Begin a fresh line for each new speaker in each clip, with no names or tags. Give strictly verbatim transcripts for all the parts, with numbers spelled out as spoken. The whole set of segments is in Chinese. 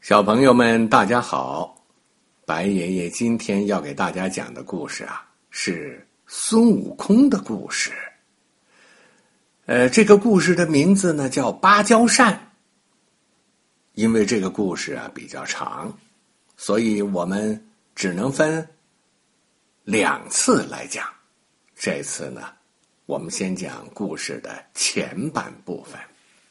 小朋友们大家好，白爷爷今天要给大家讲的故事啊，是孙悟空的故事。呃，这个故事的名字呢叫芭蕉扇。因为这个故事啊比较长，所以我们只能分两次来讲。这次呢，我们先讲故事的前半部分。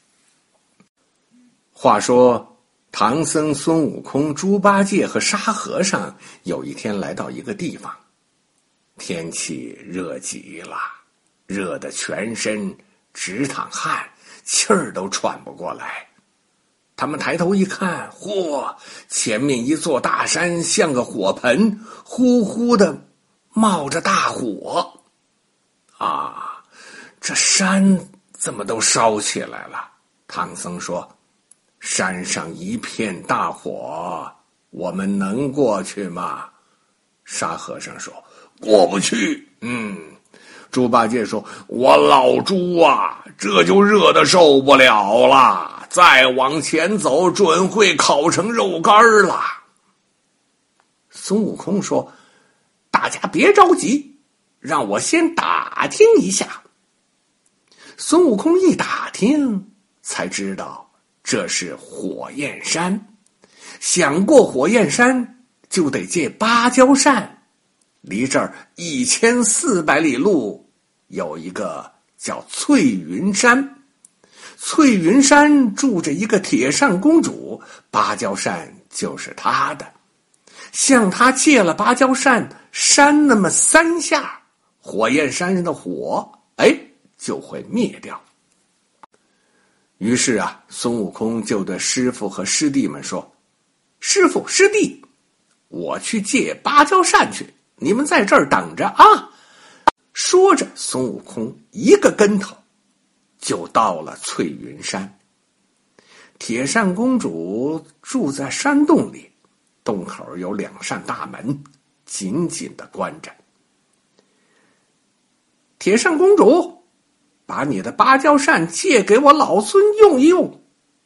话说唐僧、孙悟空、猪八戒和沙和尚有一天来到一个地方，天气热极了，热得全身直淌汗，气儿都喘不过来。他们抬头一看，嚯，前面一座大山像个火盆，呼呼的冒着大火。啊，这山怎么都烧起来了？唐僧说，山上一片大火，我们能过去吗？沙和尚说，过不去。嗯，猪八戒说，我老猪啊，这就热得受不了了，再往前走准会烤成肉干了。孙悟空说，大家别着急，让我先打听一下。孙悟空一打听，才知道这是火焰山，想过火焰山就得借芭蕉扇。离这儿一千四百里路有一个叫翠云山，翠云山住着一个铁扇公主，芭蕉扇就是她的。向她借了芭蕉扇，扇那么三下，火焰山上的火哎就会灭掉。于是啊，孙悟空就对师傅和师弟们说，师傅师弟，我去借芭蕉扇去，你们在这儿等着啊。说着，孙悟空一个跟头就到了翠云山。铁扇公主住在山洞里，洞口有两扇大门紧紧地关着。铁扇公主，把你的芭蕉扇借给我老孙用一用。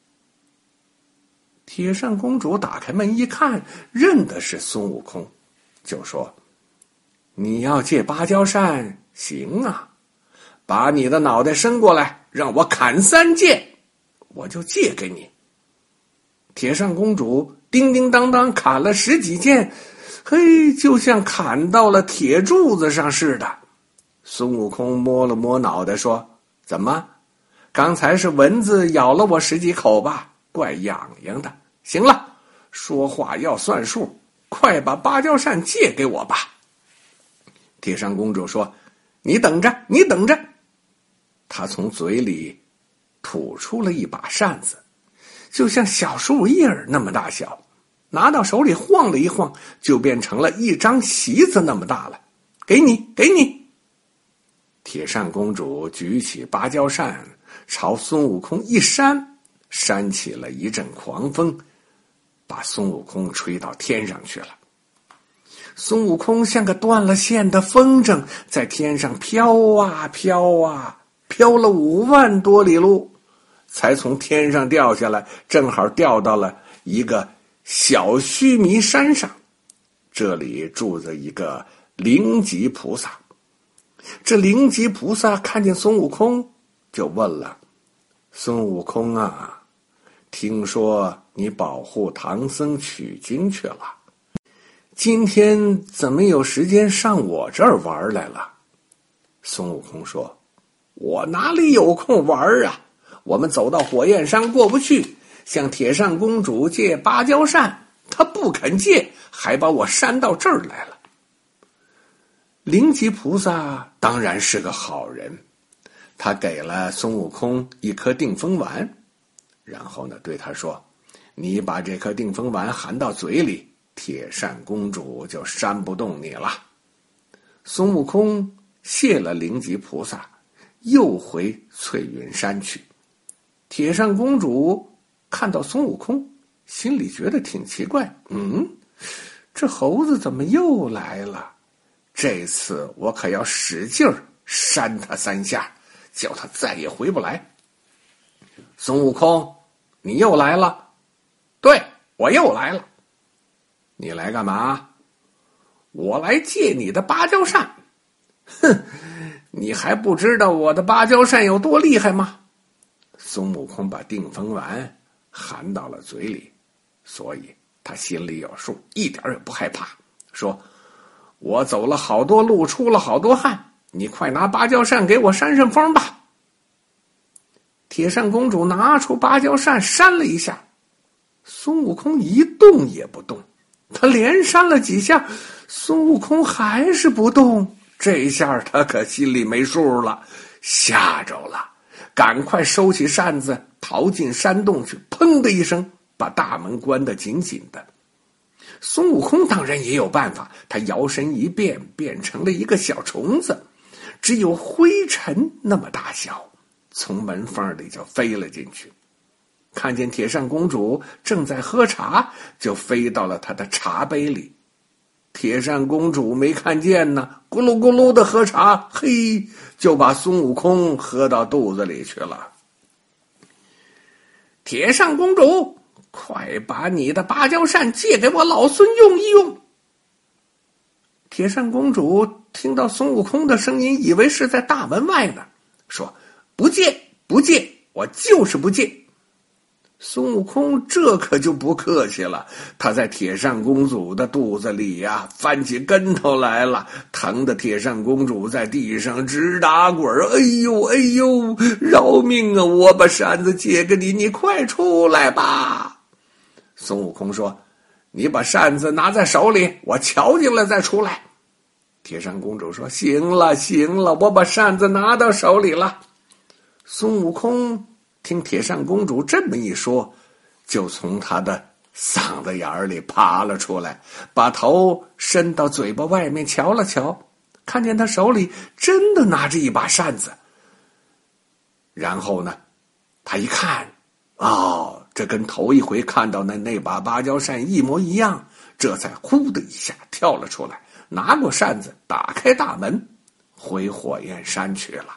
铁扇公主打开门一看，认的是孙悟空，就说，你要借芭蕉扇，行啊，把你的脑袋伸过来，让我砍三剑，我就借给你。铁扇公主叮叮当当砍了十几剑，嘿，就像砍到了铁柱子上似的。孙悟空摸了摸脑袋说，怎么，刚才是蚊子咬了我十几口吧，怪痒痒的。行了，说话要算数，快把芭蕉扇借给我吧。铁扇公主说，你等着你等着。她从嘴里吐出了一把扇子，就像小树叶那么大小，拿到手里晃了一晃，就变成了一张席子那么大了。给你给你。铁扇公主举起芭蕉扇，朝孙悟空一扇，扇起了一阵狂风，把孙悟空吹到天上去了。孙悟空像个断了线的风筝，在天上飘啊飘啊，飘了五万多里路，才从天上掉下来，正好掉到了一个小须弥山上。这里住着一个灵吉菩萨。这灵吉菩萨看见孙悟空，就问了，孙悟空啊，听说你保护唐僧取经去了，今天怎么有时间上我这儿玩来了？孙悟空说，我哪里有空玩啊，我们走到火焰山过不去，向铁扇公主借芭蕉扇，她不肯借，还把我扇到这儿来了。灵吉菩萨当然是个好人，他给了孙悟空一颗定风丸，然后呢对他说，你把这颗定风丸含到嘴里，铁扇公主就扇不动你了。孙悟空谢了灵吉菩萨，又回翠云山去。铁扇公主看到孙悟空，心里觉得挺奇怪，嗯，这猴子怎么又来了？这次我可要使劲儿扇他三下，叫他再也回不来。孙悟空，你又来了？对， 我又来了。你来干嘛？我来借你的芭蕉扇。哼，你还不知道我的芭蕉扇有多厉害吗？孙悟空把定风丸含到了嘴里，所以他心里有数，一点也不害怕，说：我走了好多路，出了好多汗，你快拿芭蕉扇给我扇扇风吧。铁扇公主拿出芭蕉扇扇了一下，孙悟空一动也不动。他连扇了几下，孙悟空还是不动。这下他可心里没数了，吓着了，赶快收起扇子，逃进山洞去，砰的一声把大门关得紧紧的。孙悟空当然也有办法，他摇身一变，变成了一个小虫子，只有灰尘那么大小，从门缝里就飞了进去。看见铁扇公主正在喝茶，就飞到了她的茶杯里。铁扇公主没看见呢，咕噜咕噜的喝茶，嘿，就把孙悟空喝到肚子里去了。铁扇公主，快把你的芭蕉扇借给我老孙用一用。铁扇公主听到孙悟空的声音，以为是在大门外呢，说：不借不借，我就是不借。孙悟空这可就不客气了，他在铁扇公主的肚子里呀、啊、翻起跟头来了，疼得铁扇公主在地上直打滚。哎呦哎呦，饶命啊，我把扇子借给你，你快出来吧。孙悟空说：你把扇子拿在手里，我瞧见了再出来。铁扇公主说：行了行了，我把扇子拿到手里了。孙悟空听铁扇公主这么一说，就从她的嗓子眼里爬了出来，把头伸到嘴巴外面瞧了瞧，看见她手里真的拿着一把扇子。然后呢，他一看，哦，这跟头一回看到的那把芭蕉扇一模一样，这才呼的一下跳了出来，拿过扇子，打开大门，回火焰山去了。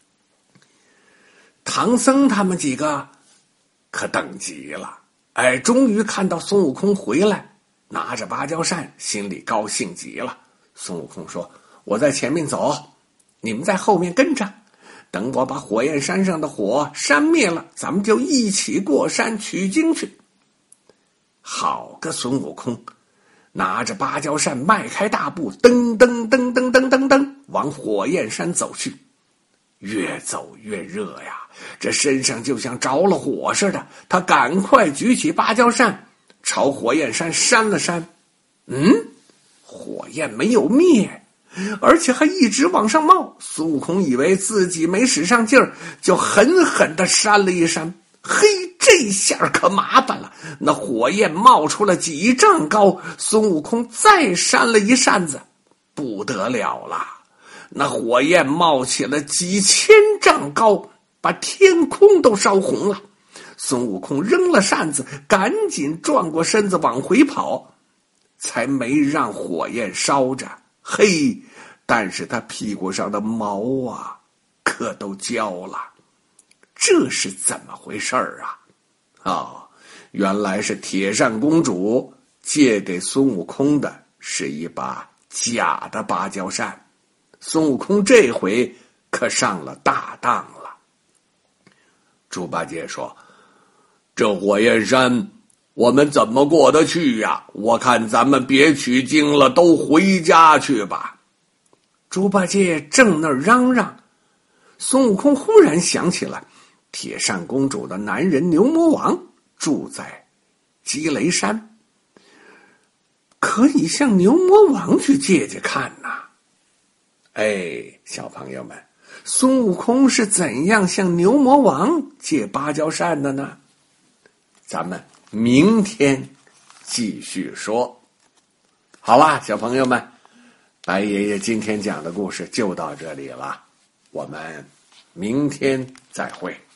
唐僧他们几个可等急了，哎，终于看到孙悟空回来，拿着芭蕉扇，心里高兴极了。孙悟空说：我在前面走，你们在后面跟着，等我把火焰山上的火扇灭了，咱们就一起过山取经去。好个孙悟空，拿着芭蕉扇迈开大步，噔噔噔噔噔噔噔往火焰山走去。越走越热呀，这身上就像着了火似的。他赶快举起芭蕉扇，朝火焰山扇了扇。嗯，火焰没有灭，而且还一直往上冒。孙悟空以为自己没使上劲儿，就狠狠地扇了一扇。嘿，这下可麻烦了，那火焰冒出了几丈高。孙悟空再扇了一扇子，不得了了，那火焰冒起了几千丈高，把天空都烧红了。孙悟空扔了扇子，赶紧转过身子往回跑，才没让火焰烧着。嘿，但是他屁股上的毛啊，可都焦了。这是怎么回事儿啊？哦，原来是铁扇公主借给孙悟空的是一把假的芭蕉扇。孙悟空这回可上了大当了。猪八戒说：这火焰山我们怎么过得去呀？我看咱们别取经了，都回家去吧。猪八戒正那儿嚷嚷，孙悟空忽然想起了铁扇公主的男人牛魔王住在积雷山，可以向牛魔王去借借看呐。哎，小朋友们，孙悟空是怎样向牛魔王借芭蕉扇的呢？咱们明天继续说。好啦，小朋友们，白爷爷今天讲的故事就到这里了，我们明天再会。